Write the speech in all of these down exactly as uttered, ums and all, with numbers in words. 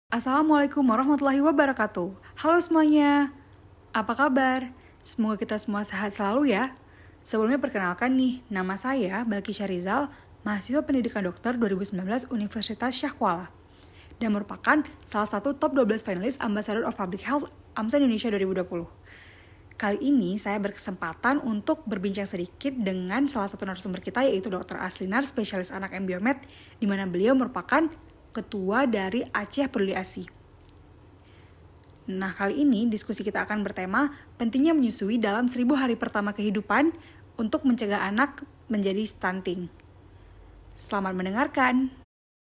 Assalamualaikum warahmatullahi wabarakatuh. Halo semuanya, apa kabar? Semoga kita semua sehat selalu ya. Sebelumnya perkenalkan nih, nama saya Balki Syarizal, mahasiswa pendidikan dokter dua ribu sembilan belas Universitas Syahkuala, dan merupakan salah satu top dua belas finalis Ambassador of Public Health AMSA Indonesia dua ribu dua puluh. Kali ini saya berkesempatan untuk berbincang sedikit dengan salah satu narasumber kita, yaitu dokter Aslinar, spesialis anak Embiomed, di mana beliau merupakan ketua dari Aceh Peduli A S I. Nah, kali ini diskusi kita akan bertema pentingnya menyusui dalam seribu hari pertama kehidupan untuk mencegah anak menjadi stunting. Selamat mendengarkan.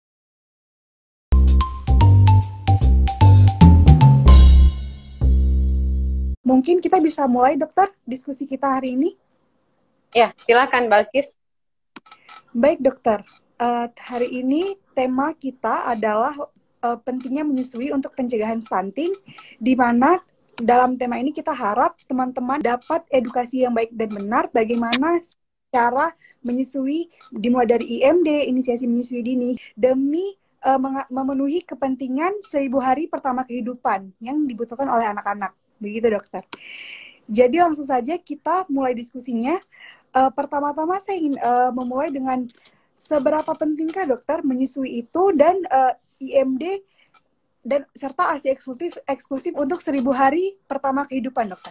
Mungkin kita bisa mulai, dokter, diskusi kita hari ini. Ya, silakan Balkis. Baik, dokter. Uh, hari ini tema kita adalah uh, pentingnya menyusui untuk pencegahan stunting, di mana dalam tema ini kita harap teman-teman dapat edukasi yang baik dan benar bagaimana cara menyusui, dimulai dari I M D, inisiasi menyusui dini, demi uh, memenuhi kepentingan seribu hari pertama kehidupan yang dibutuhkan oleh anak-anak. Begitu, dokter. Jadi langsung saja kita mulai diskusinya. Uh, pertama-tama saya ingin uh, memulai dengan seberapa pentingkah dokter menyusui itu dan uh, I M D dan serta A S I eksklusif eksklusif untuk seribu hari pertama kehidupan, dokter.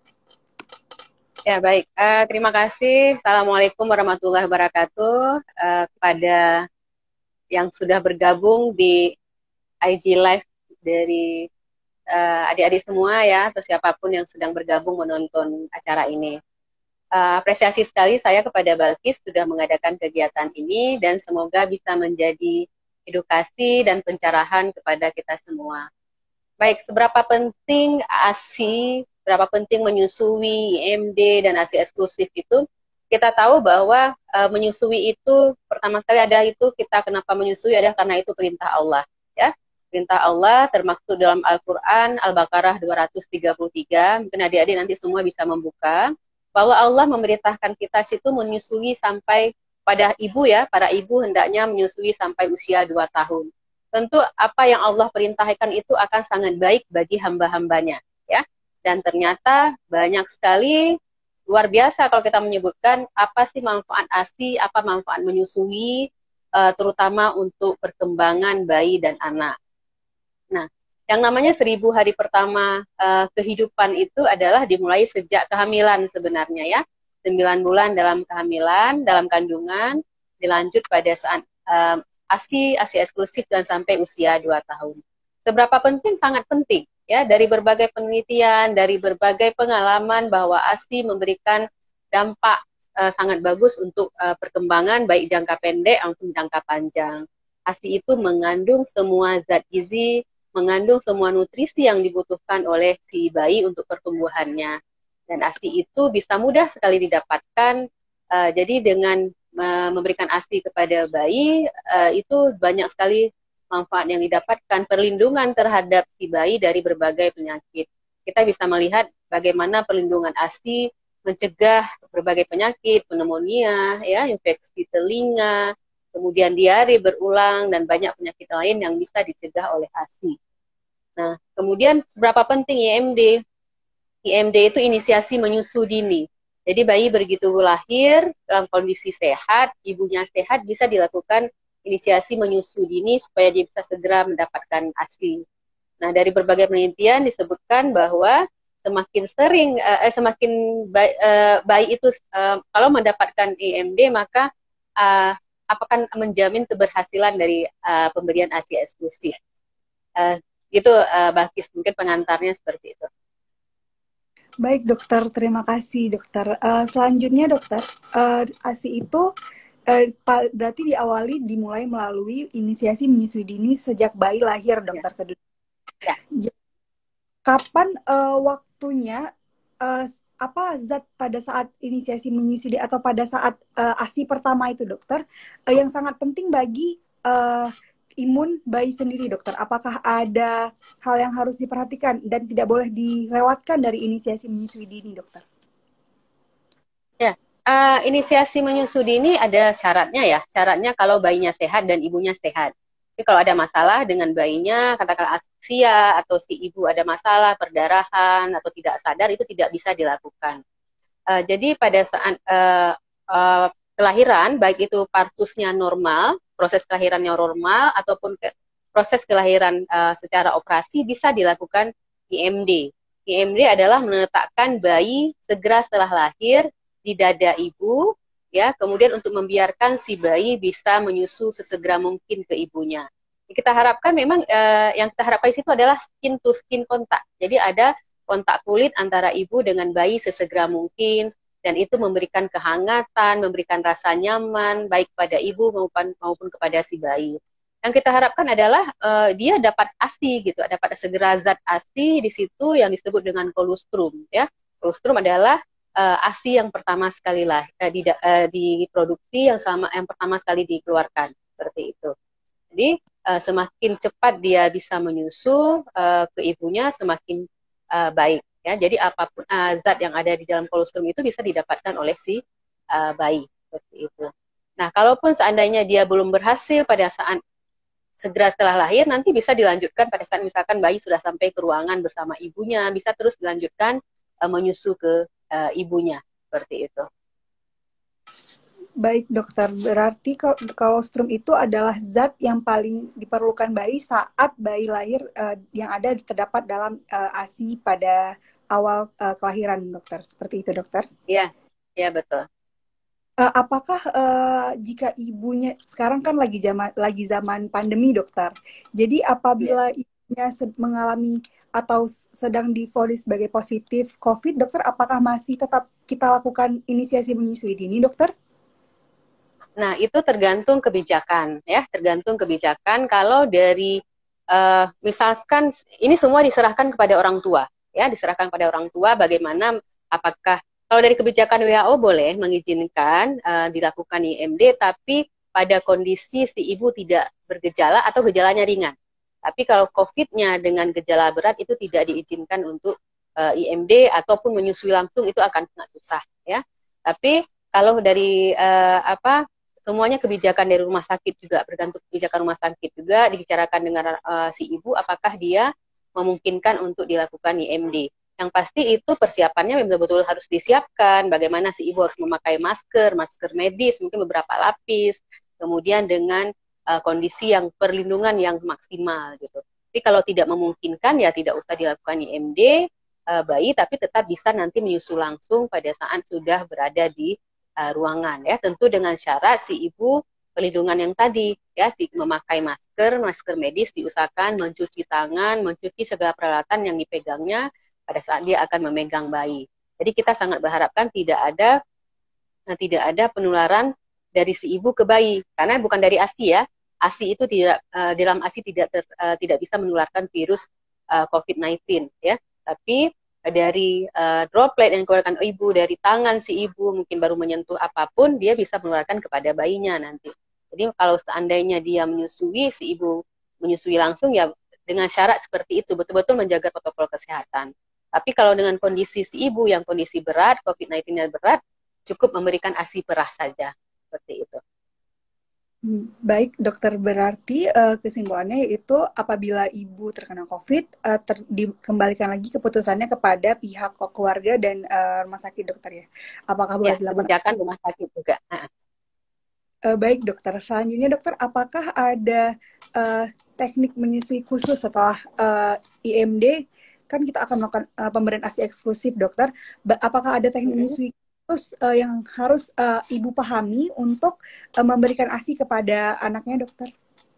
Ya, baik. Uh, terima kasih. Assalamualaikum warahmatullahi wabarakatuh uh, kepada yang sudah bergabung di I G Live dari uh, adik-adik semua ya, atau siapapun yang sedang bergabung menonton acara ini. Uh, apresiasi sekali saya kepada Balkis sudah mengadakan kegiatan ini dan semoga bisa menjadi edukasi dan pencerahan kepada kita semua. Baik, seberapa penting A S I, seberapa penting menyusui I M D dan A S I eksklusif itu, kita tahu bahwa uh, menyusui itu, pertama sekali ada itu, kita kenapa menyusui adalah karena itu perintah Allah. Ya, perintah Allah termaktub dalam Al-Quran, Al-Baqarah dua ratus tiga puluh tiga, mungkin adik-adik nanti semua bisa membuka, bahwa Allah memerintahkan kita situ menyusui sampai pada ibu ya, para ibu hendaknya menyusui sampai usia dua tahun. Tentu apa yang Allah perintahkan itu akan sangat baik bagi hamba-hambanya, ya. Dan ternyata banyak sekali, luar biasa kalau kita menyebutkan apa sih manfaat A S I, apa manfaat menyusui, uh, terutama untuk perkembangan bayi dan anak. Nah, yang namanya seribu hari pertama uh, kehidupan itu adalah dimulai sejak kehamilan sebenarnya ya. Sembilan bulan dalam kehamilan, dalam kandungan, dilanjut pada saat uh, A S I, A S I eksklusif dan sampai usia dua tahun. Seberapa penting? Sangat penting. Ya, dari berbagai penelitian, dari berbagai pengalaman bahwa A S I memberikan dampak uh, sangat bagus untuk uh, perkembangan baik jangka pendek maupun jangka panjang. A S I itu mengandung semua zat gizi, mengandung semua nutrisi yang dibutuhkan oleh si bayi untuk pertumbuhannya. Dan A S I itu bisa mudah sekali didapatkan. Uh, jadi dengan uh, memberikan A S I kepada bayi, uh, itu banyak sekali manfaat yang didapatkan, perlindungan terhadap si bayi dari berbagai penyakit. Kita bisa melihat bagaimana perlindungan A S I mencegah berbagai penyakit, pneumonia, ya, infeksi telinga, kemudian diare berulang, dan banyak penyakit lain yang bisa dicegah oleh A S I. Nah, kemudian seberapa penting I M D? I M D itu inisiasi menyusu dini. Jadi bayi begitu lahir dalam kondisi sehat, ibunya sehat, bisa dilakukan inisiasi menyusu dini supaya dia bisa segera mendapatkan A S I. Nah, dari berbagai penelitian disebutkan bahwa semakin sering, eh, semakin bayi, eh, bayi itu eh, kalau mendapatkan I M D, maka eh, akan menjamin keberhasilan dari eh, pemberian A S I eksklusif. Eh, Gitu, uh, Balkis, mungkin pengantarnya seperti itu. Baik, dokter. Terima kasih, dokter. Uh, selanjutnya, dokter, uh, A S I itu uh, berarti diawali dimulai melalui inisiasi menyusui dini sejak bayi lahir, dokter. Ya. Kedua. Ya. Kapan uh, waktunya, uh, apa zat pada saat inisiasi menyusui atau pada saat uh, A S I pertama itu, dokter, uh, yang sangat penting bagi uh, imun bayi sendiri, dokter? Apakah ada hal yang harus diperhatikan dan tidak boleh dilewatkan dari inisiasi menyusui dini, dokter? Ya, uh, inisiasi menyusui dini ada syaratnya ya. Syaratnya kalau bayinya sehat dan ibunya sehat. Tapi kalau ada masalah dengan bayinya, katakanlah aspeksia atau si ibu ada masalah perdarahan atau tidak sadar, itu tidak bisa dilakukan. Uh, jadi pada saat uh, uh, kelahiran, baik itu partusnya normal, proses kelahirannya normal, ataupun ke, proses kelahiran uh, secara operasi bisa dilakukan I M D. I M D adalah meletakkan bayi segera setelah lahir di dada ibu, ya, kemudian untuk membiarkan si bayi bisa menyusu sesegera mungkin ke ibunya. Kita harapkan memang eh, yang kita harapkan di situ adalah skin to skin kontak. Jadi ada kontak kulit antara ibu dengan bayi sesegera mungkin, dan itu memberikan kehangatan, memberikan rasa nyaman baik pada ibu maupun maupun kepada si bayi. Yang kita harapkan adalah eh, dia dapat ASI gitu, dapat segera zat ASI di situ yang disebut dengan kolostrum, ya. Kolostrum adalah uh, ASI yang pertama sekali lah uh, di, uh, diproduksi yang sama yang pertama sekali dikeluarkan, seperti itu. Jadi uh, semakin cepat dia bisa menyusu uh, ke ibunya, semakin uh, baik, ya. Jadi apapun uh, zat yang ada di dalam kolostrum itu bisa didapatkan oleh si uh, bayi, seperti itu. Nah, kalaupun seandainya dia belum berhasil pada saat segera setelah lahir, nanti bisa dilanjutkan pada saat misalkan bayi sudah sampai ke ruangan bersama ibunya, bisa terus dilanjutkan uh, menyusu ke uh, ibunya, seperti itu. Baik dokter, berarti kolostrum itu adalah zat yang paling diperlukan bayi saat bayi lahir uh, yang ada terdapat dalam uh, ASI pada awal uh, kelahiran, dokter. Seperti itu, dokter? Iya, iya betul. Uh, apakah uh, jika ibunya sekarang kan lagi zaman lagi zaman pandemi, dokter. Jadi apabila ya. ibunya mengalami atau sedang divonis sebagai positif COVID, dokter, apakah masih tetap kita lakukan inisiasi menyusui dini, dokter? Nah, itu tergantung kebijakan, ya, tergantung kebijakan. Kalau dari, uh, misalkan, ini semua diserahkan kepada orang tua, ya, diserahkan kepada orang tua bagaimana, apakah, kalau dari kebijakan W H O boleh mengizinkan uh, dilakukan I M D, tapi pada kondisi si ibu tidak bergejala atau gejalanya ringan. Tapi kalau COVID-nya dengan gejala berat itu tidak diizinkan untuk uh, I M D ataupun menyusui langsung, itu akan sangat susah, ya. Tapi kalau dari uh, apa semuanya kebijakan dari rumah sakit juga, bergantung kebijakan rumah sakit juga, dibicarakan dengan uh, si ibu apakah dia memungkinkan untuk dilakukan I M D. Yang pasti itu persiapannya betul-betul harus disiapkan, bagaimana si ibu harus memakai masker, masker medis, mungkin beberapa lapis, kemudian dengan uh, kondisi yang perlindungan yang maksimal gitu. Tapi kalau tidak memungkinkan, ya tidak usah dilakukan I M D uh, bayi, tapi tetap bisa nanti menyusu langsung pada saat sudah berada di Uh, ruangan, ya, tentu dengan syarat si ibu perlindungan yang tadi, ya, memakai masker, masker medis, diusahakan mencuci tangan, mencuci segala peralatan yang dipegangnya pada saat dia akan memegang bayi. Jadi kita sangat berharapkan tidak ada nah, tidak ada penularan dari si ibu ke bayi, karena bukan dari ASI, ya. ASI itu tidak uh, dalam ASI tidak ter, uh, tidak bisa menularkan virus uh, COVID sembilan belas, ya, tapi dari uh, droplet yang dikeluarkan ibu, dari tangan si ibu, mungkin baru menyentuh apapun, dia bisa menularkan kepada bayinya nanti. Jadi kalau seandainya dia menyusui, si ibu menyusui langsung, ya dengan syarat seperti itu, betul-betul menjaga protokol kesehatan. Tapi kalau dengan kondisi si ibu yang kondisi berat, COVID sembilan belas-nya berat, cukup memberikan ASI perah saja, seperti itu. Baik, dokter, berarti uh, kesimpulannya yaitu apabila ibu terkena COVID, uh, ter, dikembalikan lagi keputusannya kepada pihak keluarga dan uh, rumah sakit, dokter, ya? Apakah boleh ya, dilakukan? Kebijakan rumah sakit juga. Uh, baik, dokter. Selanjutnya, dokter, apakah ada uh, teknik menyusui khusus setelah uh, I M D? Kan kita akan melakukan uh, pemberian ASI eksklusif, dokter. Ba- apakah ada teknik mm-hmm. menyusui terus uh, yang harus uh, ibu pahami untuk uh, memberikan ASI kepada anaknya, dokter?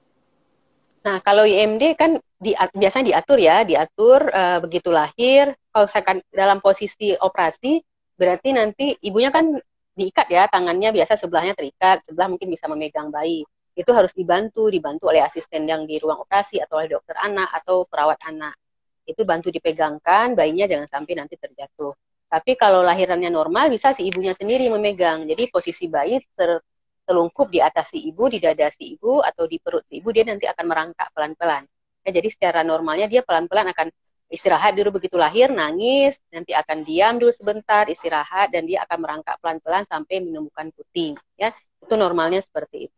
Nah, kalau I M D kan di, biasanya diatur, ya, diatur uh, begitu lahir. Kalau saya kan dalam posisi operasi, berarti nanti ibunya kan diikat, ya, tangannya biasa sebelahnya terikat, sebelah mungkin bisa memegang bayi. Itu harus dibantu, dibantu oleh asisten yang di ruang operasi atau oleh dokter anak atau perawat anak. Itu bantu dipegangkan, bayinya jangan sampai nanti terjatuh. Tapi kalau lahirannya normal, bisa si ibunya sendiri memegang. Jadi posisi bayi ter, telungkup di atas si ibu, di dada si ibu, atau di perut si ibu, dia nanti akan merangkak pelan-pelan. Ya, jadi secara normalnya dia pelan-pelan akan istirahat dulu begitu lahir, nangis, nanti akan diam dulu sebentar, istirahat, dan dia akan merangkak pelan-pelan sampai menemukan puting. Ya, itu normalnya seperti itu.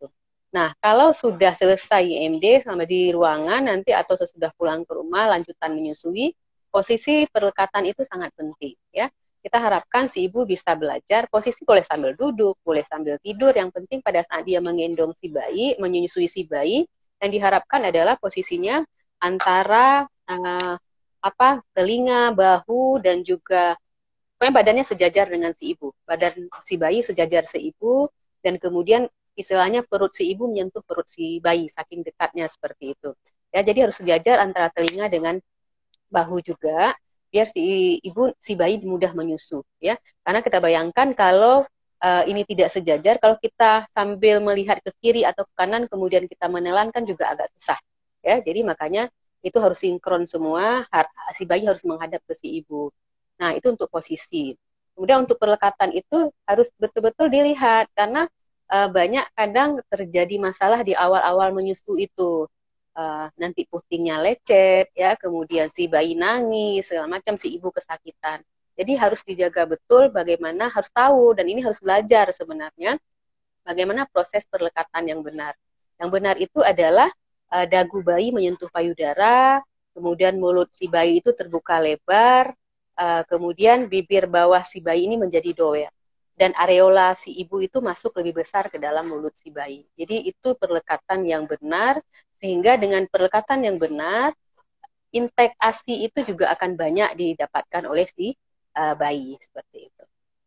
Nah, kalau sudah selesai I M D selama di ruangan nanti atau sesudah pulang ke rumah lanjutan menyusui, posisi perlekatan itu sangat penting ya. Kita harapkan si ibu bisa belajar, posisi boleh sambil duduk, boleh sambil tidur, yang penting pada saat dia menggendong si bayi, menyusui si bayi, yang diharapkan adalah posisinya antara uh, apa telinga, bahu dan juga pokoknya badannya sejajar dengan si ibu. Badan si bayi sejajar si ibu dan kemudian istilahnya perut si ibu menyentuh perut si bayi saking dekatnya seperti itu. Ya, jadi harus sejajar antara telinga dengan bahu juga biar si ibu si bayi mudah menyusu ya. Karena kita bayangkan kalau uh, ini tidak sejajar, kalau kita sambil melihat ke kiri atau ke kanan kemudian kita menelan kan juga agak susah ya. Jadi makanya itu harus sinkron semua, si bayi harus menghadap ke si ibu. Nah, itu untuk posisi. Kemudian untuk perlekatan itu harus betul-betul dilihat karena uh, banyak kadang terjadi masalah di awal-awal menyusu itu. Uh, nanti putingnya lecet, ya, kemudian si bayi nangis, segala macam, si ibu kesakitan. Jadi harus dijaga betul bagaimana, harus tahu, dan ini harus belajar sebenarnya, bagaimana proses perlekatan yang benar. Yang benar itu adalah uh, dagu bayi menyentuh payudara, kemudian mulut si bayi itu terbuka lebar, Uh, kemudian bibir bawah si bayi ini menjadi doer dan areola si ibu itu masuk lebih besar ke dalam mulut si bayi. Jadi itu perlekatan yang benar, sehingga dengan perlekatan yang benar intake ASI itu juga akan banyak didapatkan oleh si uh, bayi seperti itu.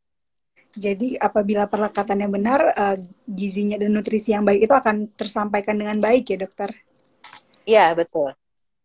Jadi apabila perlekatan yang benar, uh, gizinya dan nutrisi yang baik itu akan tersampaikan dengan baik ya dokter? Iya, betul.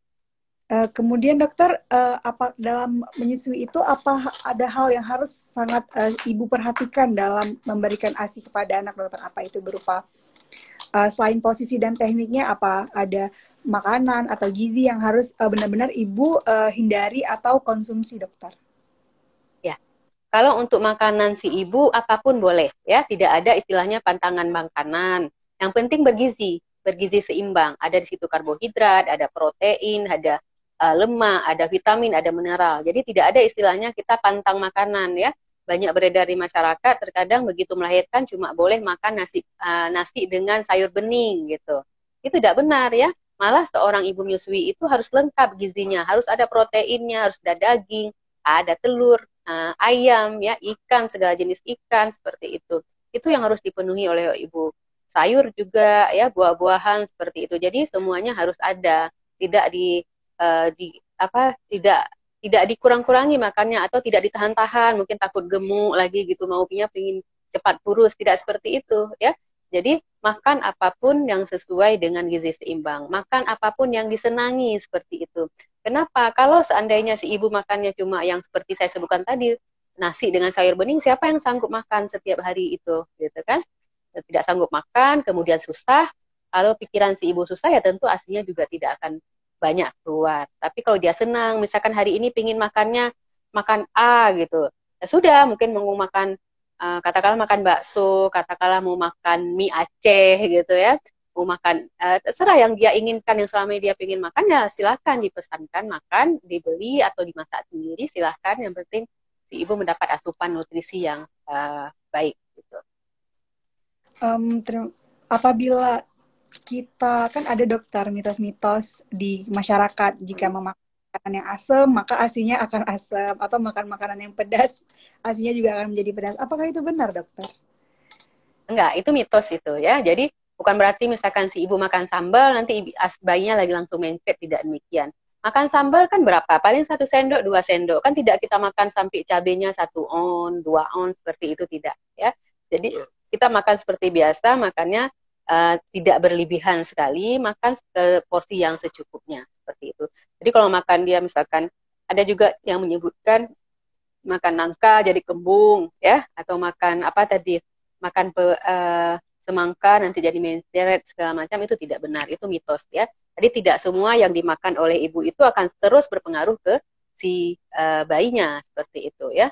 Uh, kemudian dokter, uh, apa dalam menyusui itu apa ada hal yang harus sangat uh, ibu perhatikan dalam memberikan ASI kepada anak dokter? Apa itu berupa uh, selain posisi dan tekniknya, apa ada makanan atau gizi yang harus uh, benar-benar ibu uh, hindari atau konsumsi dokter? Ya, kalau untuk makanan si ibu apapun boleh ya, tidak ada istilahnya pantangan makanan. Yang penting bergizi, bergizi seimbang. Ada di situ karbohidrat, ada protein, ada Uh, lemak, ada vitamin, ada mineral. Jadi tidak ada istilahnya kita pantang makanan ya. Banyak beredar di masyarakat, terkadang begitu melahirkan cuma boleh makan nasi uh, nasi dengan sayur bening gitu. Itu tidak benar ya. Malah seorang ibu menyusui itu harus lengkap gizinya, harus ada proteinnya, harus ada daging, ada telur, uh, ayam ya, ikan, segala jenis ikan seperti itu. Itu yang harus dipenuhi oleh ibu. Sayur juga ya, buah-buahan seperti itu. Jadi semuanya harus ada, tidak di Uh, di apa tidak tidak dikurang-kurangi makannya atau tidak ditahan-tahan, mungkin takut gemuk lagi gitu, maunya pengen cepat kurus, tidak seperti itu ya. Jadi makan apapun yang sesuai dengan gizi seimbang, makan apapun yang disenangi seperti itu. Kenapa? Kalau seandainya si ibu makannya cuma yang seperti saya sebutkan tadi, nasi dengan sayur bening, siapa yang sanggup makan setiap hari itu gitu kan? Tidak sanggup makan, kemudian susah. Kalau pikiran si ibu susah ya tentu aslinya juga tidak akan banyak keluar. Tapi kalau dia senang, misalkan hari ini pingin makannya makan A gitu, ya sudah, mungkin mau makan uh, katakanlah makan bakso, katakanlah mau makan mie Aceh gitu ya, mau makan uh, terserah yang dia inginkan, yang selama ini dia pingin makan ya silahkan dipesankan makan, dibeli atau dimasak sendiri silahkan, yang penting si ibu mendapat asupan nutrisi yang uh, baik gitu. Um, apabila kita kan ada dokter mitos-mitos di masyarakat, jika memakan makanan yang asam maka asinya akan asam, atau makan makanan yang pedas asinya juga akan menjadi pedas. Apakah itu benar dokter? Enggak, itu mitos itu ya. Jadi bukan berarti misalkan si ibu makan sambal nanti bayinya lagi langsung mencret, tidak demikian. Makan sambal kan berapa? Paling satu sendok, dua sendok. Kan tidak kita makan sampai cabenya satu on, dua on, seperti itu tidak ya. Jadi kita makan seperti biasa, makannya Uh, tidak berlebihan sekali, makan ke porsi yang secukupnya seperti itu. Jadi kalau makan dia misalkan, ada juga yang menyebutkan makan nangka jadi kembung ya, atau makan apa tadi, makan pe, uh, semangka nanti jadi mencret segala macam, itu tidak benar, itu mitos ya. Jadi tidak semua yang dimakan oleh ibu itu akan terus berpengaruh ke si uh, bayinya seperti itu ya.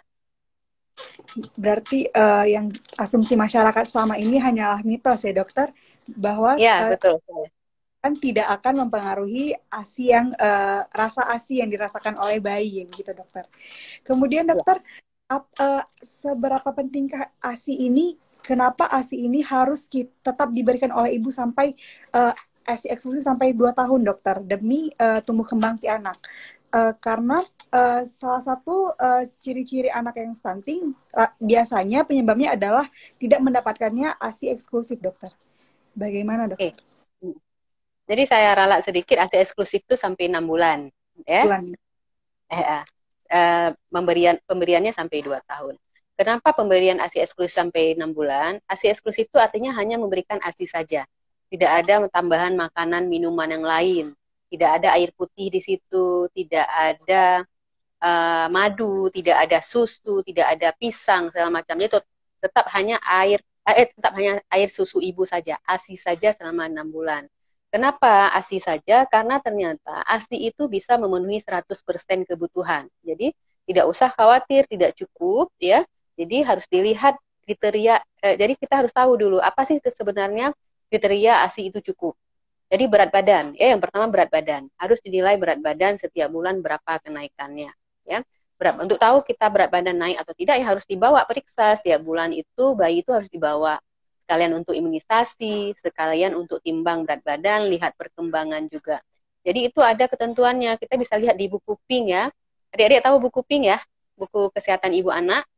Berarti uh, yang asumsi masyarakat selama ini hanyalah mitos ya dokter, bahwa ya, uh, betul. kan tidak akan mempengaruhi ASI yang uh, rasa ASI yang dirasakan oleh bayi gitu dokter. Kemudian dokter, ya. ap, uh, seberapa pentingkah ASI ini kenapa ASI ini harus ki- tetap diberikan oleh ibu sampai uh, ASI eksklusif sampai dua tahun dokter demi uh, tumbuh kembang si anak. Uh, karena uh, salah satu uh, ciri-ciri anak yang stunting uh, biasanya penyebabnya adalah tidak mendapatkannya ASI eksklusif dokter. Bagaimana Oke. dokter? Jadi saya ralat sedikit, ASI eksklusif itu sampai enam bulan, ya. Bulan. Eh, eh, eh, pemberian pemberiannya sampai dua tahun. Kenapa pemberian ASI eksklusif sampai enam bulan? ASI eksklusif itu artinya hanya memberikan ASI saja. Tidak ada tambahan makanan, minuman yang lain. Tidak ada air putih di situ, tidak ada uh, madu, tidak ada susu, tidak ada pisang segala macam. Itu tetap hanya air eh, tetap hanya air susu ibu saja, ASI saja selama enam bulan. Kenapa ASI saja? Karena ternyata ASI itu bisa memenuhi seratus persen kebutuhan. Jadi tidak usah khawatir, tidak cukup ya. Jadi harus dilihat kriteria, eh, jadi kita harus tahu dulu apa sih sebenarnya kriteria ASI itu cukup. Jadi berat badan, ya yang pertama berat badan. Harus dinilai berat badan setiap bulan berapa kenaikannya, ya. Berat, untuk tahu kita berat badan naik atau tidak ya harus dibawa periksa setiap bulan itu, bayi itu harus dibawa sekalian untuk imunisasi, sekalian untuk timbang berat badan, lihat perkembangan juga. Jadi itu ada ketentuannya, kita bisa lihat di buku Pink ya. Adik-adik tahu buku Pink ya? Buku kesehatan ibu anak,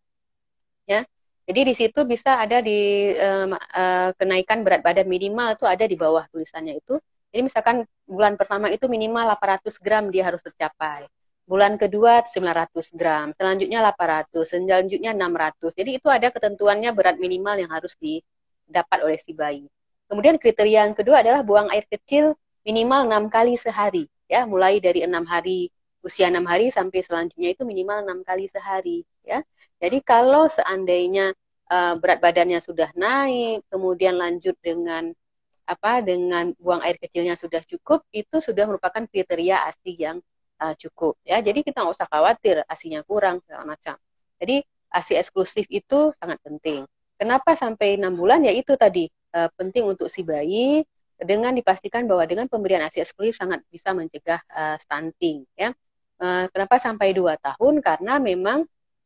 ya. Jadi di situ bisa ada di uh, uh, kenaikan berat badan minimal itu ada di bawah tulisannya itu. Jadi misalkan bulan pertama itu minimal delapan ratus gram dia harus tercapai. Bulan kedua sembilan ratus gram, selanjutnya delapan ratus, selanjutnya enam ratus. Jadi itu ada ketentuannya berat minimal yang harus didapat oleh si bayi. Kemudian kriteria yang kedua adalah buang air kecil minimal enam kali sehari, ya, mulai dari enam hari usia enam hari sampai selanjutnya itu minimal enam kali sehari, ya. Jadi kalau seandainya uh, berat badannya sudah naik, kemudian lanjut dengan apa dengan buang air kecilnya sudah cukup, itu sudah merupakan kriteria ASI yang uh, cukup, ya. Jadi kita nggak usah khawatir ASInya kurang segala macam. Jadi ASI eksklusif itu sangat penting. Kenapa sampai enam bulan? Ya itu tadi uh, penting untuk si bayi dengan dipastikan bahwa dengan pemberian ASI eksklusif sangat bisa mencegah uh, stunting, ya. Uh, kenapa sampai dua tahun? Karena memang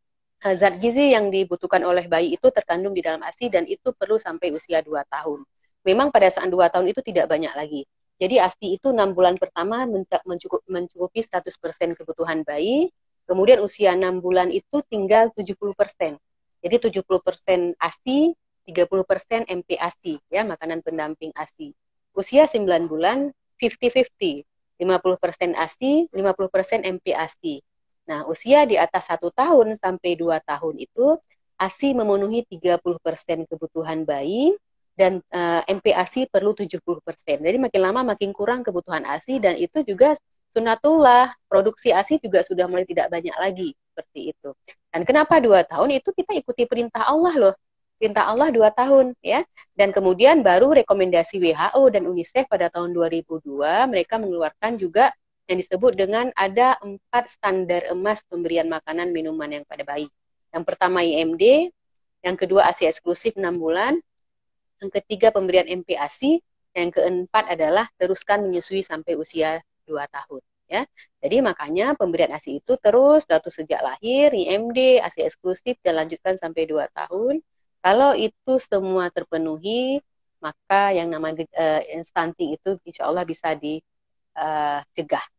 zat gizi yang dibutuhkan oleh bayi itu terkandung di dalam ASI dan itu perlu sampai usia dua tahun. Memang pada saat dua tahun itu tidak banyak lagi. Jadi ASI itu enam bulan pertama mencukup, mencukupi seratus persen kebutuhan bayi, kemudian usia enam bulan itu tinggal tujuh puluh persen. Jadi tujuh puluh persen ASI, tiga puluh persen M P ASI, ya, makanan pendamping ASI. Usia sembilan bulan lima puluh lima puluh, lima puluh persen ASI, lima puluh persen M P ASI. Nah, usia di atas satu tahun sampai dua tahun itu ASI memenuhi tiga puluh persen kebutuhan bayi dan uh, M P ASI perlu tujuh puluh persen. Jadi makin lama makin kurang kebutuhan ASI dan itu juga sunatullah, produksi ASI juga sudah mulai tidak banyak lagi seperti itu. Dan kenapa dua tahun? Itu kita ikuti perintah Allah loh. Perintah Allah dua tahun, ya. Dan kemudian baru rekomendasi W H O dan UNICEF pada tahun dua ribu dua mereka mengeluarkan juga yang disebut dengan ada empat standar emas pemberian makanan minuman yang pada bayi. Yang pertama I M D, yang kedua ASI eksklusif enam bulan, yang ketiga pemberian M P ASI, yang keempat adalah teruskan menyusui sampai usia dua tahun. Ya. Jadi makanya pemberian ASI itu terus dari sejak lahir, I M D, ASI eksklusif, dan lanjutkan sampai dua tahun. Kalau itu semua terpenuhi, maka yang namanya uh, stunting itu insya Allah bisa dicegah. Uh,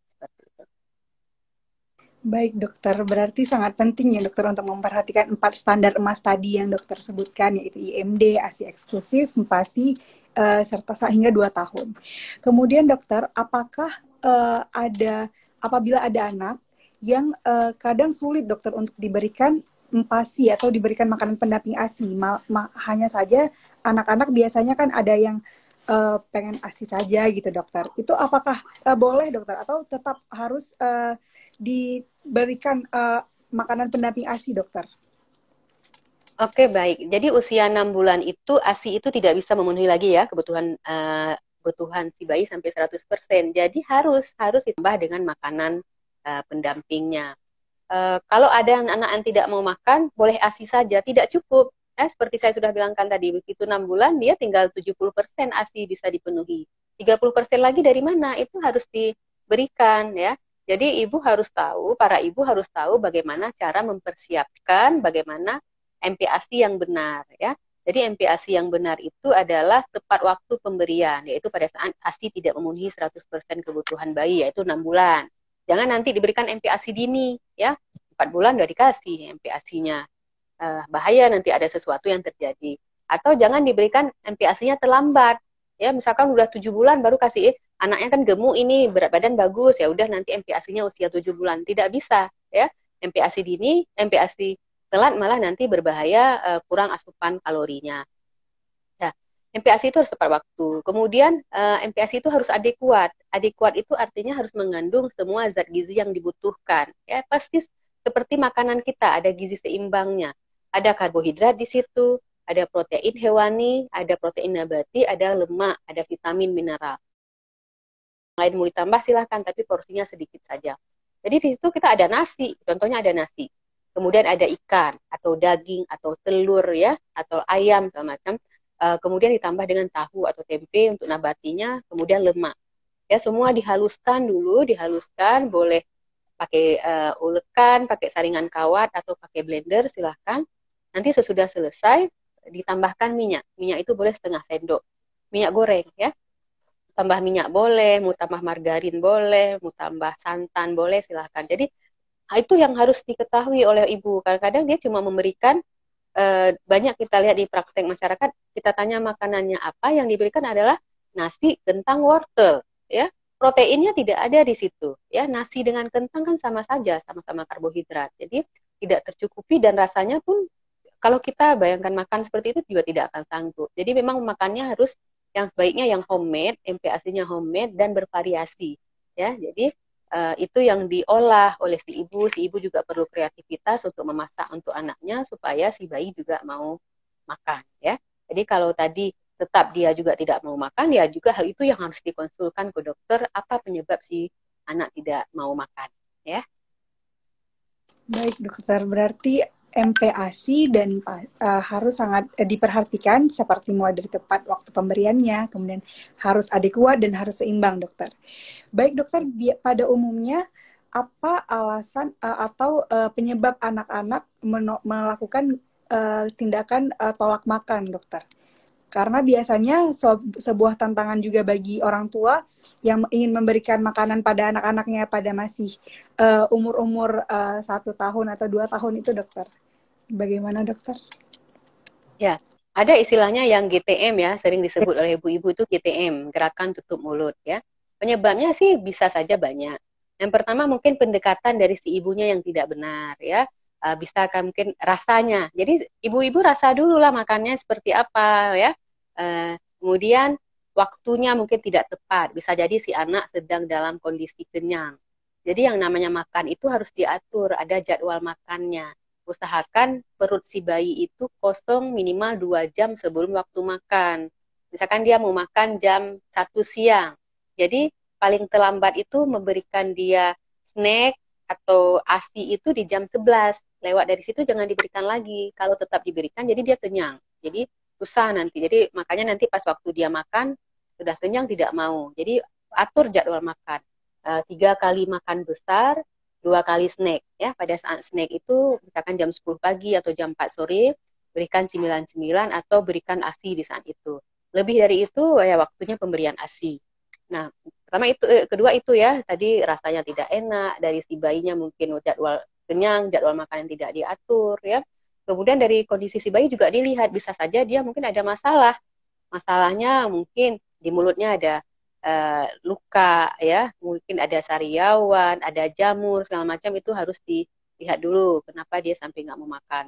Baik dokter, berarti sangat penting ya dokter untuk memperhatikan empat standar emas tadi yang dokter sebutkan, yaitu I M D, ASI eksklusif, M P ASI, uh, serta hingga dua tahun. Kemudian dokter, apakah uh, ada apabila ada anak yang uh, kadang sulit dokter untuk diberikan M P ASI atau diberikan makanan pendamping ASI, ma ma hanya saja anak-anak biasanya kan ada yang uh, pengen ASI saja gitu dokter. Itu apakah uh, boleh dokter atau tetap harus uh, diberikan uh, makanan pendamping ASI, dokter? Oke, baik. Jadi usia enam bulan itu ASI itu tidak bisa memenuhi lagi ya kebutuhan uh, kebutuhan si bayi sampai seratus persen. Jadi harus harus ditambah dengan makanan uh, pendampingnya. Uh, kalau ada anak yang tidak mau makan, boleh ASI saja, tidak cukup. Eh, seperti saya sudah bilangkan tadi, begitu enam bulan dia tinggal tujuh puluh persen ASI bisa dipenuhi. tiga puluh persen lagi dari mana? Itu harus diberikan ya. Jadi ibu harus tahu, para ibu harus tahu bagaimana cara mempersiapkan bagaimana M P ASI yang benar ya. Jadi M P A S I yang benar itu adalah tepat waktu pemberian, yaitu pada saat A S I tidak memenuhi seratus persen kebutuhan bayi, yaitu enam bulan. Jangan nanti diberikan M P A S I dini, ya. empat bulan udah dikasih M P A S I-nya. Uh, bahaya nanti ada sesuatu yang terjadi. Atau jangan diberikan M P A S I-nya terlambat. Ya, misalkan udah tujuh bulan baru kasih, eh, anaknya kan gemuk ini, berat badan bagus, ya udah nanti M P A S I-nya usia tujuh bulan. Tidak bisa, ya. M P A S I dini, M P A S I telat malah nanti berbahaya, uh, kurang asupan kalorinya. Nah, M P A S I itu harus tepat waktu. Kemudian uh, M P A S I itu harus adekuat. Adekuat itu artinya harus mengandung semua zat gizi yang dibutuhkan. Ya, pasti seperti makanan kita, ada gizi seimbangnya. Ada karbohidrat di situ, ada protein hewani, ada protein nabati, ada lemak, ada vitamin, mineral. Lain mau ditambah silahkan, tapi porsinya sedikit saja. Jadi di situ kita ada nasi, contohnya ada nasi. Kemudian ada ikan atau daging atau telur ya atau ayam segala macam. Uh, kemudian ditambah dengan tahu atau tempe untuk nabatinya, kemudian lemak. Ya semua dihaluskan dulu, dihaluskan, boleh pakai uh, ulekan, pakai saringan kawat atau pakai blender silahkan. Nanti sesudah selesai ditambahkan minyak. Minyak itu boleh setengah sendok. Minyak goreng ya. Tambah minyak boleh, mau tambah margarin boleh, mau tambah santan boleh silahkan. Jadi itu yang harus diketahui oleh ibu. Kadang-kadang dia cuma memberikan, eh, banyak kita lihat di praktek masyarakat, kita tanya makanannya apa, yang diberikan adalah nasi, kentang, wortel, ya. Proteinnya tidak ada di situ, ya. Nasi dengan kentang kan sama saja, sama-sama karbohidrat. Jadi tidak tercukupi dan rasanya pun kalau kita bayangkan makan seperti itu juga tidak akan sanggup. Jadi memang makannya harus yang sebaiknya yang homemade, M P A S I-nya homemade dan bervariasi, ya. Jadi Uh, itu yang diolah oleh si ibu. Si ibu juga perlu kreativitas untuk memasak untuk anaknya supaya si bayi juga mau makan ya. Jadi kalau tadi tetap dia juga tidak mau makan, ya juga hal itu yang harus dikonsulkan ke dokter apa penyebab si anak tidak mau makan ya. Baik dokter, berarti M P A S I dan uh, harus sangat uh, diperhatikan seperti mulai dari tepat waktu pemberiannya, kemudian harus adekuat dan harus seimbang dokter. Baik dokter, pada umumnya apa alasan uh, atau uh, penyebab anak-anak melakukan uh, tindakan uh, tolak makan dokter? Karena biasanya sebuah tantangan juga bagi orang tua yang ingin memberikan makanan pada anak-anaknya pada masih uh, umur-umur uh, satu tahun atau dua tahun itu dokter. Bagaimana dokter? Ya, ada istilahnya yang G T M ya, sering disebut oleh ibu-ibu itu G T M, gerakan tutup mulut ya. Penyebabnya sih bisa saja banyak. Yang pertama mungkin pendekatan dari si ibunya yang tidak benar ya. Uh, bisa kan mungkin rasanya. Jadi ibu-ibu rasa dulu lah makannya seperti apa ya. Uh, kemudian waktunya mungkin tidak tepat. Bisa jadi si anak sedang dalam kondisi kenyang. Jadi yang namanya makan itu harus diatur, ada jadwal makannya. Usahakan perut si bayi itu kosong minimal dua jam sebelum waktu makan. Misalkan dia mau makan jam satu siang. Jadi paling terlambat itu memberikan dia snack atau A S I itu di jam sebelas. Lewat dari situ jangan diberikan lagi. Kalau tetap diberikan jadi dia kenyang. Jadi susah nanti. Jadi makanya nanti pas waktu dia makan sudah kenyang tidak mau. Jadi atur jadwal makan. E, tiga kali makan besar, dua kali snack ya. Pada saat snack itu misalkan jam sepuluh pagi atau jam empat sore berikan cemilan-cemilan atau berikan A S I di saat itu. Lebih dari itu ya waktunya pemberian A S I. Nah, pertama itu eh, kedua itu ya, tadi rasanya tidak enak dari si bayinya, mungkin jadwal kenyang, jadwal makanan tidak diatur ya. Kemudian dari kondisi si bayi juga dilihat, bisa saja dia mungkin ada masalah. Masalahnya mungkin di mulutnya ada Uh, luka ya, mungkin ada sariawan, ada jamur segala macam, itu harus dilihat dulu kenapa dia sampai nggak mau makan.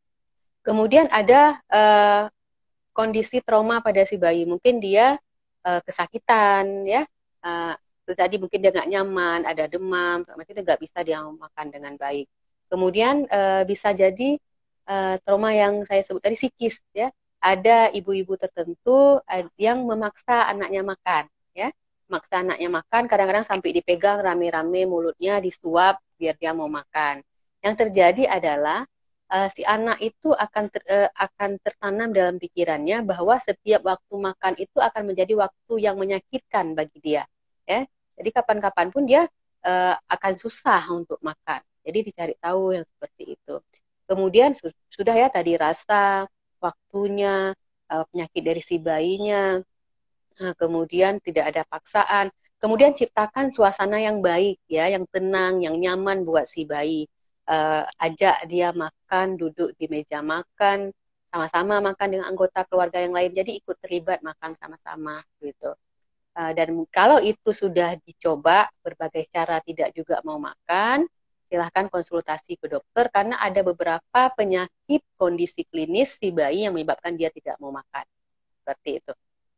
Kemudian ada uh, kondisi trauma pada si bayi, mungkin dia uh, kesakitan ya, uh, terus tadi mungkin dia nggak nyaman, ada demam, segala macam, itu nggak bisa dia makan dengan baik. Kemudian uh, bisa jadi uh, trauma yang saya sebut tadi psikis ya, ada ibu-ibu tertentu uh, yang memaksa anaknya makan. Ya, maksa anaknya makan, kadang-kadang sampai dipegang rame-rame mulutnya, disuap biar dia mau makan. Yang terjadi adalah uh, si anak itu akan ter, uh, akan tertanam dalam pikirannya bahwa setiap waktu makan itu akan menjadi waktu yang menyakitkan bagi dia. Ya, jadi kapan-kapan pun dia uh, akan susah untuk makan. Jadi dicari tahu yang seperti itu. Kemudian su sudah ya tadi rasa, waktunya, uh, penyakit dari si bayinya, uh, kemudian tidak ada paksaan, kemudian ciptakan suasana yang baik ya, yang tenang, yang nyaman buat si bayi. Uh, ajak dia makan, duduk di meja makan, sama-sama makan dengan anggota keluarga yang lain, jadi ikut terlibat makan sama-sama gitu. Uh, dan kalau itu sudah dicoba berbagai cara tidak juga mau makan, silahkan konsultasi ke dokter karena ada beberapa penyakit kondisi klinis si bayi yang menyebabkan dia tidak mau makan. Seperti itu.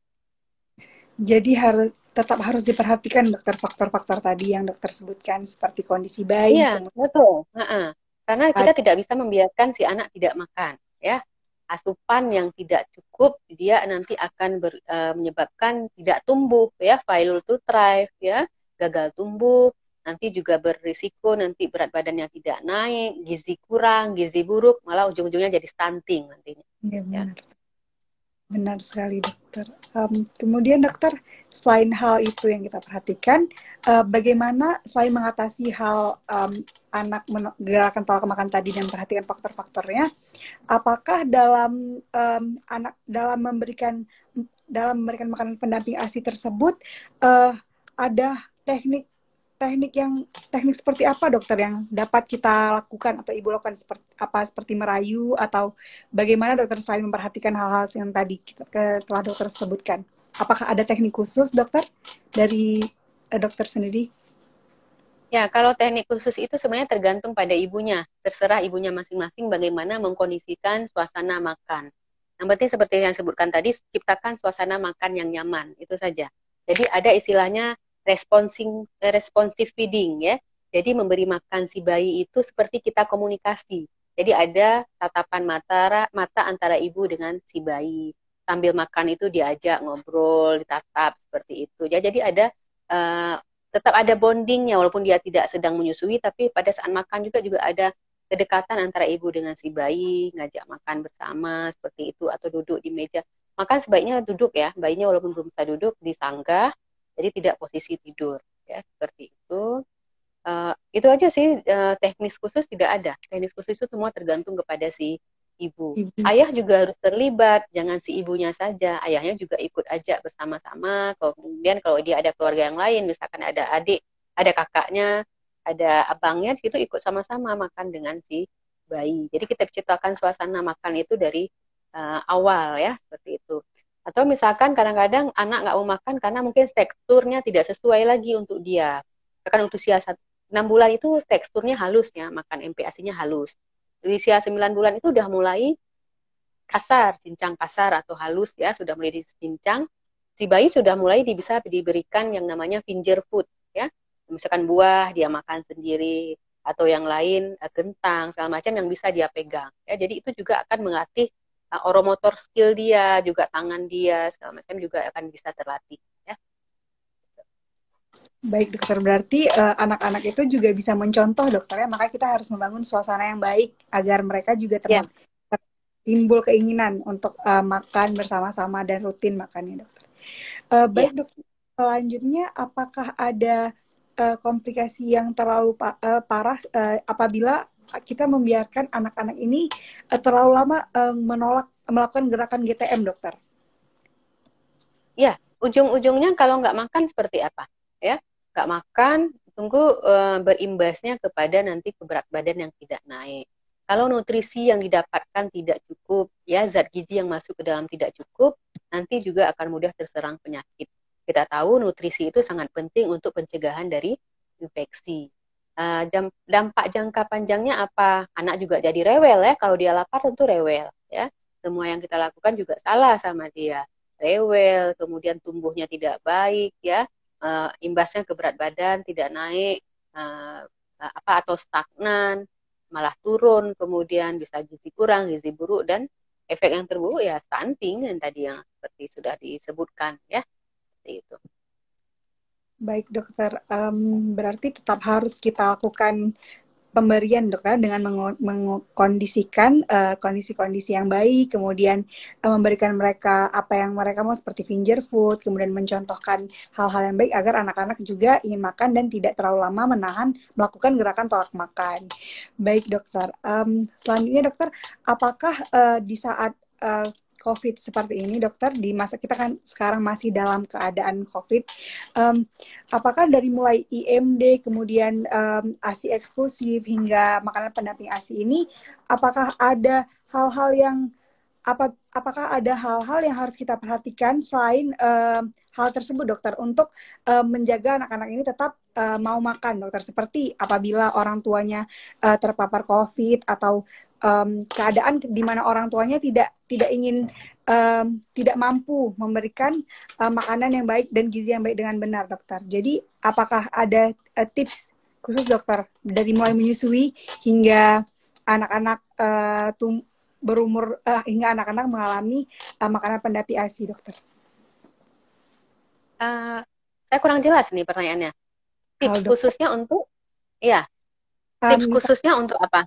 Jadi harus tetap harus diperhatikan dokter faktor-faktor tadi yang dokter sebutkan seperti kondisi bayi, Iya, kemudian betul. Uh-uh. Karena kita tidak bisa membiarkan si anak tidak makan, ya. Asupan yang tidak cukup dia nanti akan ber, uh, menyebabkan tidak tumbuh, ya, failure to thrive, ya, gagal tumbuh, nanti juga berisiko nanti berat badannya tidak naik, gizi kurang, gizi buruk, malah ujung-ujungnya jadi stunting nantinya. ya, Ya. benar. Benar sekali dokter. Um, kemudian dokter, selain hal itu yang kita perhatikan, uh, bagaimana selain mengatasi hal um, anak gerakan pola makan tadi dan perhatikan faktor-faktornya, apakah dalam um, anak dalam memberikan dalam memberikan makanan pendamping A S I tersebut uh, ada teknik teknik yang teknik seperti apa dokter yang dapat kita lakukan atau ibu lakukan seperti apa seperti merayu atau bagaimana dokter selain memperhatikan hal-hal yang tadi kita, ke, telah dokter sebutkan, apakah ada teknik khusus dokter dari eh, dokter sendiri? Ya, kalau teknik khusus itu sebenarnya tergantung pada ibunya, terserah ibunya masing-masing bagaimana mengkondisikan suasana makan. Yang penting seperti yang sebutkan tadi, ciptakan suasana makan yang nyaman, itu saja. Jadi ada istilahnya responsing, responsive feeding ya. Jadi memberi makan si bayi itu seperti kita komunikasi. Jadi ada tatapan mata mata antara ibu dengan si bayi. Sambil makan itu diajak ngobrol, ditatap seperti itu. Ya, jadi ada uh, tetap ada bondingnya walaupun dia tidak sedang menyusui, tapi pada saat makan juga juga ada kedekatan antara ibu dengan si bayi, ngajak makan bersama seperti itu atau duduk di meja. Makan sebaiknya duduk ya, bayinya walaupun belum bisa duduk disanggah jadi tidak posisi tidur ya seperti itu. Uh, itu aja sih, uh, teknis khusus tidak ada. Teknis khusus itu semua tergantung kepada si ibu. Ibu. Ayah juga harus terlibat, jangan si ibunya saja. Ayahnya juga ikut ajak bersama-sama. Kemudian kalau dia ada keluarga yang lain, misalkan ada adik, ada kakaknya, ada abangnya, di situ ikut sama-sama makan dengan si bayi. Jadi kita ciptakan suasana makan itu dari uh, awal ya, seperti itu. Atau misalkan kadang-kadang anak nggak mau makan karena mungkin teksturnya tidak sesuai lagi untuk dia. Kan untuk usia enam bulan itu teksturnya halus ya, makan M P A S I-nya halus. Di usia sembilan bulan itu udah mulai kasar, cincang kasar atau halus ya, sudah mulai dicincang. Si bayi sudah mulai bisa diberikan yang namanya finger food ya. Misalkan buah dia makan sendiri atau yang lain kentang segala macam yang bisa dia pegang ya. Jadi itu juga akan melatih uh, oromotor skill dia, juga tangan dia segala macam juga akan bisa terlatih ya. Baik dokter, berarti uh, anak-anak itu juga bisa mencontoh dokter ya, makanya kita harus membangun suasana yang baik agar mereka juga Ya. termasuk timbul keinginan untuk uh, makan bersama-sama dan rutin makannya dokter. Uh, baik Ya. dokter, selanjutnya apakah ada uh, komplikasi yang terlalu pa uh, parah uh, apabila kita membiarkan anak-anak ini uh, terlalu lama uh, menolak melakukan gerakan G T M dokter? Ya, ujung-ujungnya kalau nggak makan seperti apa ya? Nggak makan, tunggu uh, berimbasnya kepada nanti ke berat badan yang tidak naik. Kalau nutrisi yang didapatkan tidak cukup, ya zat gizi yang masuk ke dalam tidak cukup, nanti juga akan mudah terserang penyakit. Kita tahu nutrisi itu sangat penting untuk pencegahan dari infeksi. Uh, jam, dampak jangka panjangnya apa? Anak juga jadi rewel ya, kalau dia lapar tentu rewel ya. Semua yang kita lakukan juga salah sama dia. Rewel, kemudian tumbuhnya tidak baik ya. Uh, imbasnya ke berat badan tidak naik, uh, apa atau stagnan, malah turun, kemudian bisa gizi kurang, gizi buruk, dan efek yang terburuk ya stunting yang tadi yang seperti sudah disebutkan ya, seperti itu. Baik dokter, um, berarti tetap harus kita lakukan pemberian dokter dengan mengkondisikan uh, kondisi-kondisi yang baik, kemudian uh, memberikan mereka apa yang mereka mau seperti finger food, kemudian mencontohkan hal-hal yang baik agar anak-anak juga ingin makan dan tidak terlalu lama menahan melakukan gerakan tolak makan. Baik dokter, um, selanjutnya dokter, apakah uh, di saat uh, COVID seperti ini, dokter, di masa kita kan sekarang masih dalam keadaan COVID, um, apakah dari mulai I M D, kemudian um, ASI eksklusif, hingga makanan pendamping ASI ini, apakah ada hal-hal yang, apa, apakah ada hal-hal yang harus kita perhatikan selain um, hal tersebut, dokter, untuk um, menjaga anak-anak ini tetap uh, mau makan, dokter, seperti apabila orang tuanya uh, terpapar COVID, atau Um, keadaan di mana orang tuanya tidak tidak ingin um, tidak mampu memberikan uh, makanan yang baik dan gizi yang baik dengan benar, dokter. Jadi apakah ada uh, tips khusus, dokter, dari mulai menyusui hingga anak-anak uh, tum- berumur uh, hingga anak-anak mengalami uh, makanan pendamping ASI, dokter? Uh, saya kurang jelas nih pertanyaannya. Tips Halo, khususnya untuk, ya, um, tips misal, khususnya untuk apa?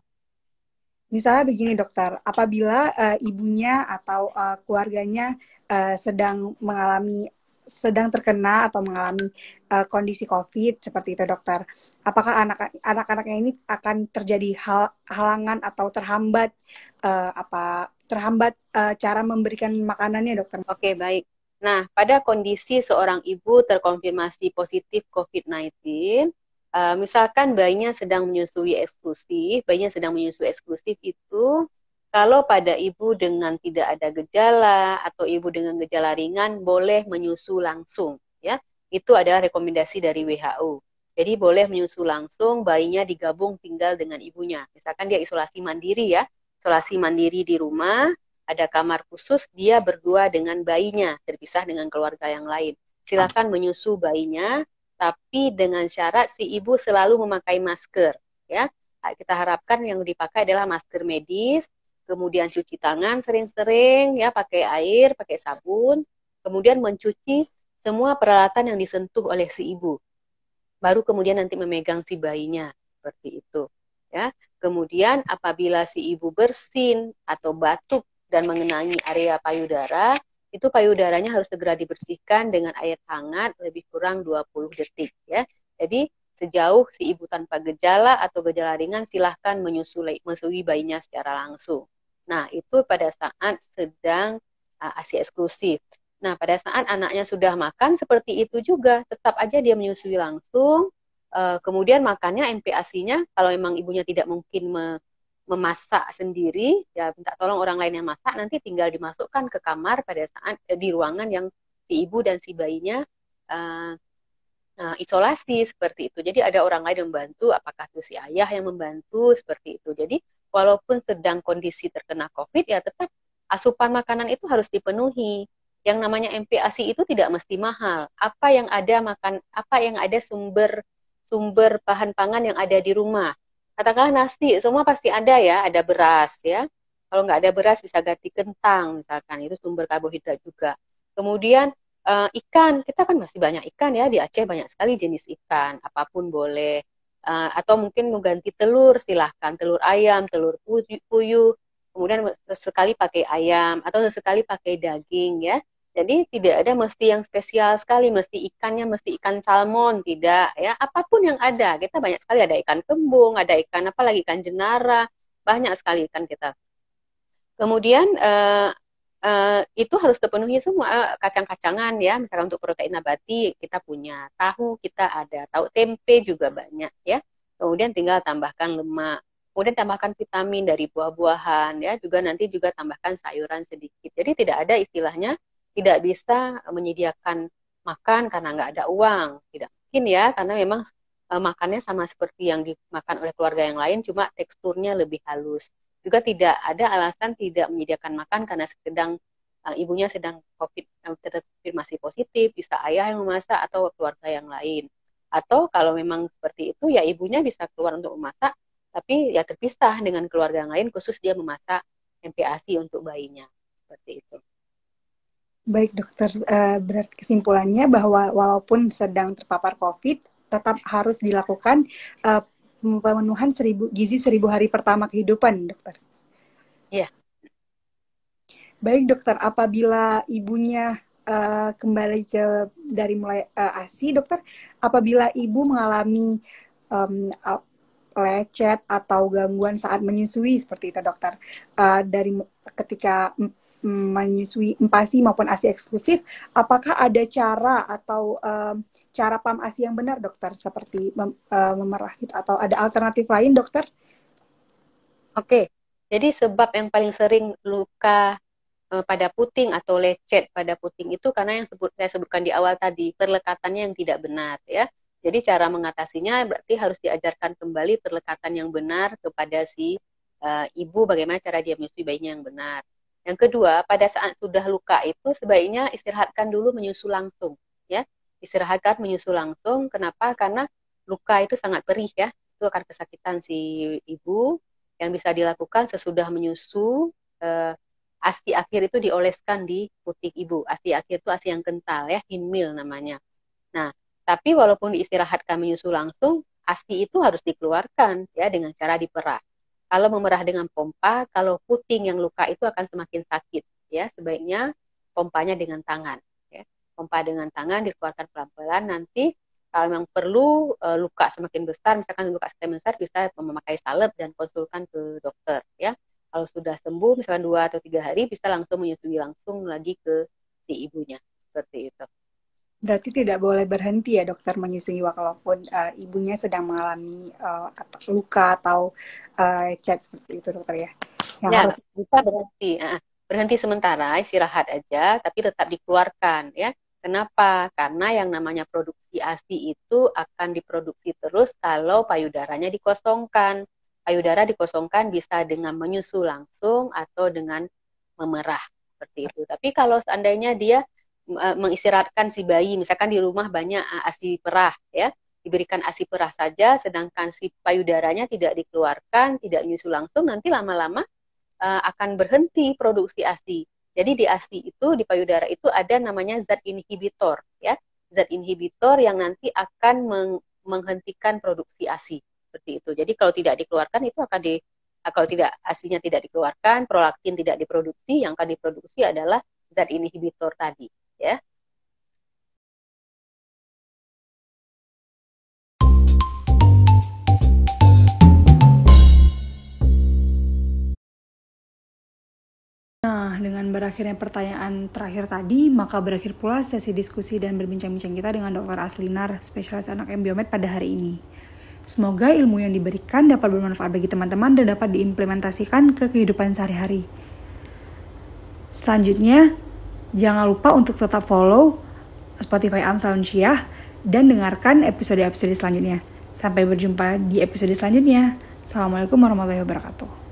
Misalnya begini, dokter, apabila uh, ibunya atau uh, keluarganya uh, sedang mengalami, sedang terkena atau mengalami uh, kondisi COVID seperti itu, dokter, apakah anak anak-anaknya ini akan terjadi hal, halangan atau terhambat uh, apa terhambat uh, cara memberikan makanannya, dokter? Oke, baik. Nah, pada kondisi seorang ibu terkonfirmasi positif COVID sembilan belas, uh, misalkan bayinya sedang menyusui eksklusif, bayinya sedang menyusui eksklusif itu, kalau pada ibu dengan tidak ada gejala atau ibu dengan gejala ringan, boleh menyusu langsung, ya. Itu adalah rekomendasi dari W H O. Jadi boleh menyusu langsung, bayinya digabung tinggal dengan ibunya. Misalkan dia isolasi mandiri, ya, isolasi mandiri di rumah, ada kamar khusus, dia berdua dengan bayinya, terpisah dengan keluarga yang lain. Silakan menyusu bayinya, tapi dengan syarat si ibu selalu memakai masker. Ya, kita harapkan yang dipakai adalah masker medis, kemudian cuci tangan sering-sering, ya, pakai air, pakai sabun, kemudian mencuci semua peralatan yang disentuh oleh si ibu. Baru kemudian nanti memegang si bayinya, seperti itu. Ya, kemudian apabila si ibu bersin atau batuk dan mengenangi area payudara, itu payudaranya harus segera dibersihkan dengan air hangat lebih kurang dua puluh detik, ya. Jadi sejauh si ibu tanpa gejala atau gejala ringan, silahkan menyusui, menyusui bayinya secara langsung. Nah, itu pada saat sedang uh, ASI eksklusif. Nah, pada saat anaknya sudah makan seperti itu juga, tetap aja dia menyusui langsung. Uh, kemudian makannya M P A S I-nya, kalau memang ibunya tidak mungkin me memasak sendiri, ya minta tolong orang lain yang masak, nanti tinggal dimasukkan ke kamar pada saat eh, di ruangan yang si ibu dan si bayinya uh, uh, isolasi, seperti itu. Jadi ada orang lain yang membantu, apakah itu si ayah yang membantu, seperti itu. Jadi walaupun sedang kondisi terkena COVID, ya tetap asupan makanan itu harus dipenuhi. Yang namanya M P A S I itu tidak mesti mahal. Apa yang ada makan, apa yang ada sumber sumber bahan pangan yang ada di rumah. Katakanlah nasi, semua pasti ada, ya, ada beras, ya. Kalau nggak ada beras bisa ganti kentang, misalkan, itu sumber karbohidrat juga. Kemudian uh, ikan, kita kan masih banyak ikan, ya, di Aceh banyak sekali jenis ikan, apapun boleh. Uh, atau mungkin mau ganti telur, silahkan, telur ayam, telur puyuh, kemudian sesekali pakai ayam, atau sesekali pakai daging, ya. Jadi tidak ada mesti yang spesial sekali, mesti ikannya, mesti ikan salmon, tidak, ya. Apapun yang ada, kita banyak sekali, ada ikan kembung, ada ikan apa lagi, ikan jenara, banyak sekali ikan kita. Kemudian uh, uh, itu harus terpenuhi semua, uh, kacang-kacangan, ya, misalnya untuk protein nabati kita punya, tahu kita ada, tahu tempe juga banyak, ya. Kemudian tinggal tambahkan lemak, kemudian tambahkan vitamin dari buah-buahan, ya, juga nanti juga tambahkan sayuran sedikit. Jadi tidak ada istilahnya tidak bisa menyediakan makan karena nggak ada uang, tidak mungkin, ya, karena memang uh, makannya sama seperti yang dimakan oleh keluarga yang lain, cuma teksturnya lebih halus. Juga tidak ada alasan tidak menyediakan makan karena sedang uh, ibunya sedang COVID, uh, terkonfirmasi positif, bisa ayah yang memasak atau keluarga yang lain. Atau kalau memang seperti itu, ya ibunya bisa keluar untuk memasak, tapi ya terpisah dengan keluarga yang lain, khusus dia memasak M P A S I untuk bayinya, seperti itu. Baik, dokter, uh, berarti kesimpulannya bahwa walaupun sedang terpapar COVID, tetap harus dilakukan uh, pemenuhan seribu, gizi seribu hari pertama kehidupan, dokter. Iya. Baik, dokter, apabila ibunya uh, kembali ke dari mulai uh, ASI, dokter, apabila ibu mengalami um, uh, lecet atau gangguan saat menyusui seperti itu, dokter, uh, dari ketika menyusui empasi maupun A S I eksklusif, apakah ada cara atau um, cara paham A S I yang benar, dokter? Seperti mem, uh, memerah gitu, atau ada alternatif lain, dokter? Oke, jadi sebab yang paling sering luka uh, pada puting atau lecet pada puting itu karena yang sebut, saya sebutkan di awal tadi, perlekatannya yang tidak benar ya. Jadi cara mengatasinya berarti harus diajarkan kembali perlekatan yang benar kepada si uh, ibu, bagaimana cara dia menyusui bayinya yang benar. Yang kedua, pada saat sudah luka itu sebaiknya istirahatkan dulu menyusu langsung, ya. Istirahatkan menyusu langsung. Kenapa? Karena luka itu sangat perih ya. Itu akan kesakitan si ibu. Yang bisa dilakukan sesudah menyusu, eh, A S I akhir itu dioleskan di puting ibu. A S I akhir itu A S I yang kental ya, hinmil namanya. Nah, tapi walaupun diistirahatkan menyusu langsung, A S I itu harus dikeluarkan ya dengan cara diperah. Kalau memerah dengan pompa, kalau puting yang luka itu akan semakin sakit, ya sebaiknya pompanya dengan tangan. Ya. Pompa dengan tangan dikeluarkan pelan-pelan. Nanti kalau memang perlu e, luka semakin besar, misalkan luka semakin besar, bisa memakai salep dan konsulkan ke dokter. Ya. Kalau sudah sembuh, misalkan dua atau tiga hari, bisa langsung menyusui langsung lagi ke si ibunya, seperti itu. Berarti tidak boleh berhenti ya dokter menyusui walaupun uh, ibunya sedang mengalami uh, luka atau uh, cat seperti itu dokter ya. Yang ya, harus bisa berhenti. Nah, berhenti sementara, istirahat aja, tapi tetap dikeluarkan ya. Kenapa? Karena yang namanya produksi A S I itu akan diproduksi terus kalau payudaranya dikosongkan. Payudara dikosongkan bisa dengan menyusu langsung atau dengan memerah seperti itu. Tapi kalau seandainya dia mengistirahatkan si bayi, misalkan di rumah banyak A S I perah, ya diberikan A S I perah saja, sedangkan si payudaranya tidak dikeluarkan, tidak menyusu langsung, nanti lama-lama uh, akan berhenti produksi A S I. Jadi di A S I itu, di payudara itu ada namanya zat inhibitor, ya zat inhibitor yang nanti akan meng menghentikan produksi A S I seperti itu. Jadi kalau tidak dikeluarkan itu akan di kalau tidak A S I-nya tidak dikeluarkan, prolaktin tidak diproduksi, yang akan diproduksi adalah zat inhibitor tadi. Ya. Nah, dengan berakhirnya pertanyaan terakhir tadi, maka berakhir pula sesi diskusi dan berbincang-bincang kita dengan dokter Aslinar, spesialis anak embiomed pada hari ini. Semoga ilmu yang diberikan dapat bermanfaat bagi teman-teman dan dapat diimplementasikan ke kehidupan sehari-hari. Selanjutnya, jangan lupa untuk tetap follow Spotify Amsalun Syah dan dengarkan episode-episode selanjutnya. Sampai berjumpa di episode selanjutnya. Assalamualaikum warahmatullahi wabarakatuh.